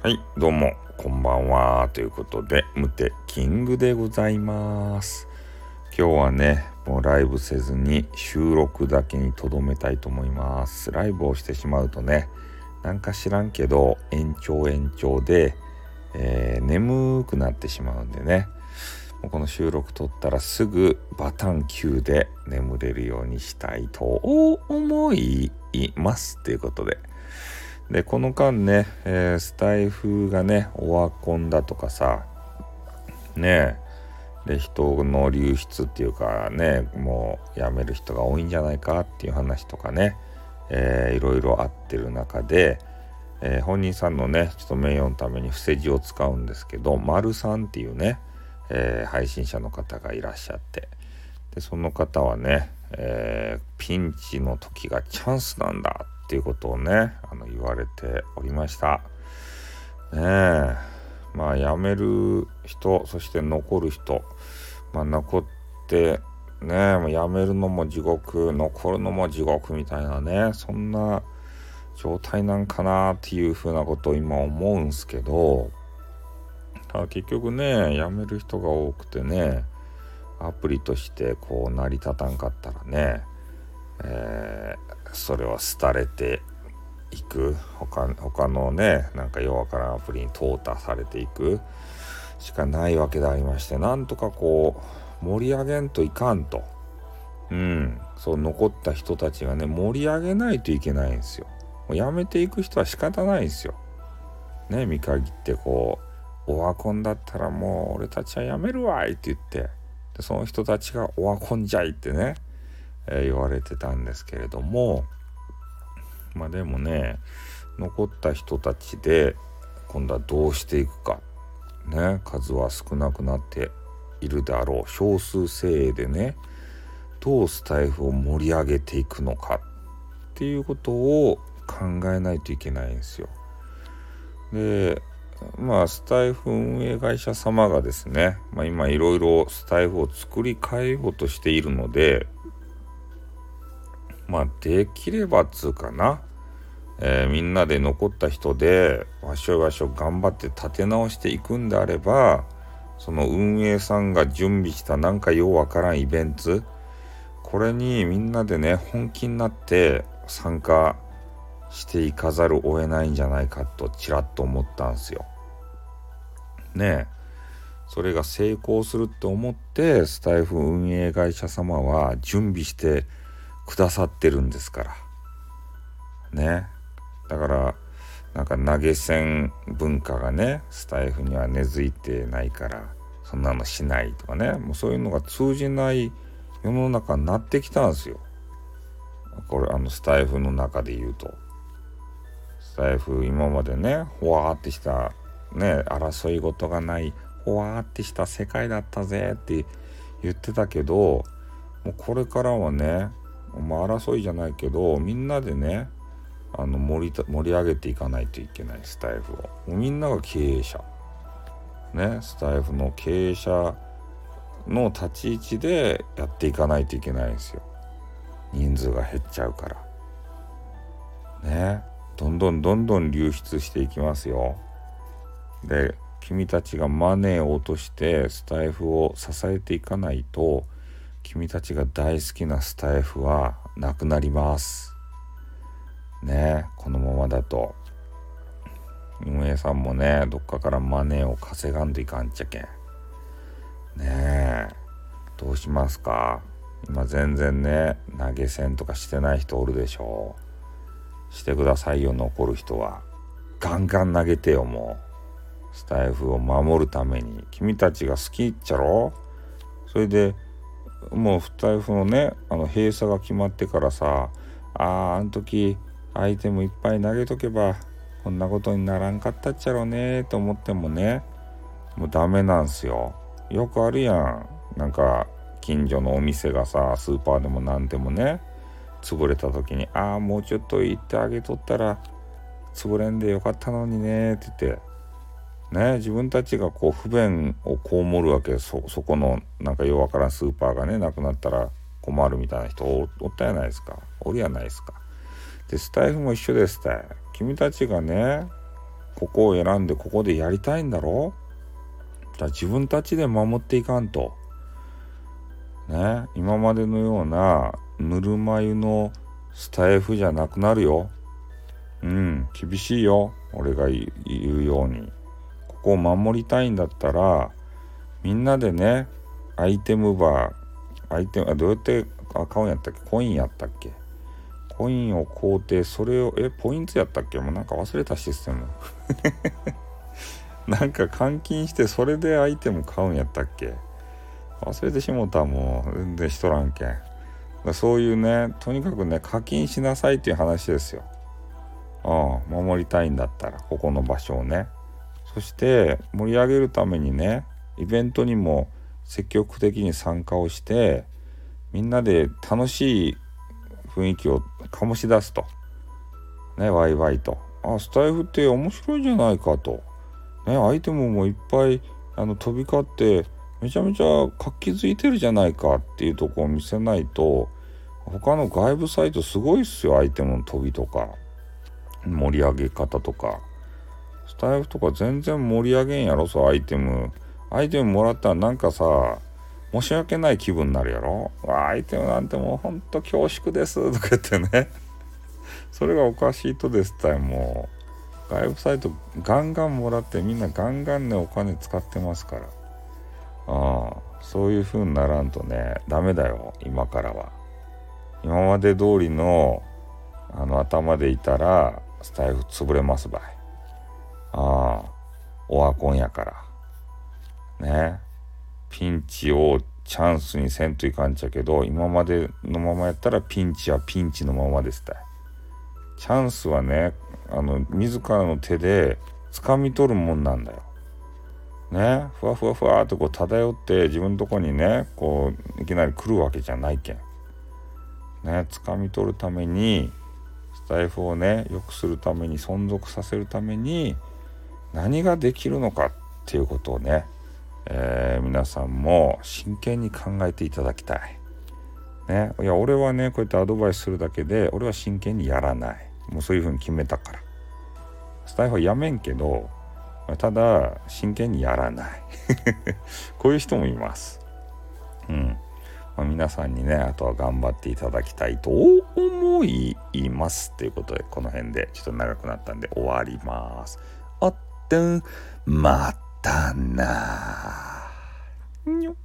はい、どうもこんばんはということで、ムテキングでございます。今日はね、もうライブせずに収録だけにとどめたいと思います。ライブをしてしまうとね、なんか知らんけど延長で、眠くなってしまうんでね、もうこの収録撮ったらすぐバタン級で眠れるようにしたいと思いますということで、この間ね、スタイフがねオワコンだとかさねで人の流出っていうかね、もう辞める人が多いんじゃないかっていう話とかね、いろいろあってる中で、本人さんのねちょっと名誉のために伏せ字を使うんですけど、丸さんっていうね、配信者の方がいらっしゃって、でその方はね、ピンチの時がチャンスなんだっていうことをね言われておりましたね。まあ辞める人、そして残る人、残ってね、辞めるのも地獄、残るのも地獄みたいなね、そんな状態なんかなっていうふうなことを今思うんすけど、ただ結局ね辞める人が多くてね、アプリとしてこう成り立たんかったらね、それは廃れていく、他のねなんかようわからんアプリに淘汰されていくしかないわけでありまして、なんとかこう盛り上げんといかんと、そう残った人たちがね盛り上げないといけないんですよ。もう辞めていく人は仕方ないんですよね。見限ってこうオワコンだったらもう俺たちは辞めるわいって言って、でその人たちがオワコンじゃいってね、言われてたんですけれども、でもね残った人たちで今度はどうしていくかね、数は少なくなっているであろう少数精鋭でね、どうスタイフを盛り上げていくのかっていうことを考えないといけないんですよ。でスタイフ運営会社様がですね、今いろいろスタイフを作り変えようとしているので、できればつうかな、みんなで残った人でわしょ頑張って立て直していくんであれば、その運営さんが準備したなんかようわからんイベント、これにみんなでね本気になって参加していかざるを得ないんじゃないかとちらっと思ったんですよね。それが成功すると思ってスタイフ運営会社様は準備してくださってるんですからね。だからなんか投げ銭文化がねスタイフには根付いてないからそんなのしないとかね、もうそういうのが通じない世の中になってきたんですよ。これスタイフの中で言うと、スタイフ今までねほわーってしたね争い事がないほわーってした世界だったぜって言ってたけど、もうこれからはね争いじゃないけどみんなでね盛り上げていかないといけない。スタイフをもうみんなが経営者ね、スタイフの経営者の立ち位置でやっていかないといけないんですよ。人数が減っちゃうからね、どんどん流出していきますよ。で君たちがマネーを落としてスタイフを支えていかないと、君たちが大好きなスタイフはなくなりますね。このままだと運営さんもねどっかからマネーを稼がんといかんちゃけんね。どうしますか。今全然ね投げ銭とかしてない人おるでしょう。してくださいよ。残る人はガンガン投げてよ。もうスタイフを守るために君たちが好きっちゃろ。それでもうスタイフのね閉鎖が決まってからさ、あの時アイテムいっぱい投げとけばこんなことにならんかったっちゃろうねと思ってもね、もうダメなんすよ。よくあるやん、なんか近所のお店がさスーパーでもなんでもね潰れた時にもうちょっと行ってあげとったら潰れんでよかったのにねって言ってね、自分たちがこう不便を被るわけ。そこのなんかようわからんスーパーがねなくなったら困るみたいな人おったやないですか。おるやないですか。でスタイフも一緒ですって。君たちがねここを選んでここでやりたいんだろ。じゃあ自分たちで守っていかんとね。今までのようなぬるま湯のスタイフじゃなくなるよ。厳しいよ。俺が言うようにここを守りたいんだったら、みんなでね、アイテムバーどうやって買うんやったっけ。コインやったっけ。コインを買うて、それをポイントやったっけ。もうなんか忘れたシステムなんか換金してそれでアイテム買うんやったっけ。忘れてしもた。もう全然しとらんけん。そういうね、とにかくね、課金しなさいっていう話ですよ。守りたいんだったらここの場所をね。そして盛り上げるためにね、イベントにも積極的に参加をして、みんなで楽しい雰囲気を醸し出すとね。ワイワイと、スタイフって面白いじゃないかとね。アイテムもいっぱい飛び交ってめちゃめちゃ活気づいてるじゃないかっていうところを見せないと、他の外部サイトすごいっすよ。アイテムの飛びとか盛り上げ方とか。スタイフとか全然盛り上げんやろ。そう、アイテムもらったらなんかさ、申し訳ない気分になるやろ。アイテムなんてもうほんと恐縮ですとか言ってねそれがおかしいとですたい。もう外部サイトガンガンもらってみんなガンガンねお金使ってますから。そういう風にならんとねダメだよ。今からは今まで通りの頭でいたらスタイフ潰れますばい。オワコンやからね。ピンチをチャンスにせんといかんちゃけど、今までのままやったらピンチはピンチのままですたい。チャンスはね、自らの手で掴み取るもんなんだよね。ふわふわふわっとこう漂って自分のとこにね、こういきなり来るわけじゃないけんね。掴み取るために、スタイフをね良くするために、存続させるために何ができるのかっていうことをね、皆さんも真剣に考えていただきたいね。いや俺はねこうやってアドバイスするだけで、俺は真剣にやらない。もうそういう風に決めたから。スタイフはやめんけど、ただ真剣にやらないこういう人もいます。皆さんにね、あとは頑張っていただきたいと思いますということで、この辺でちょっと長くなったんで終わります。またな。にょ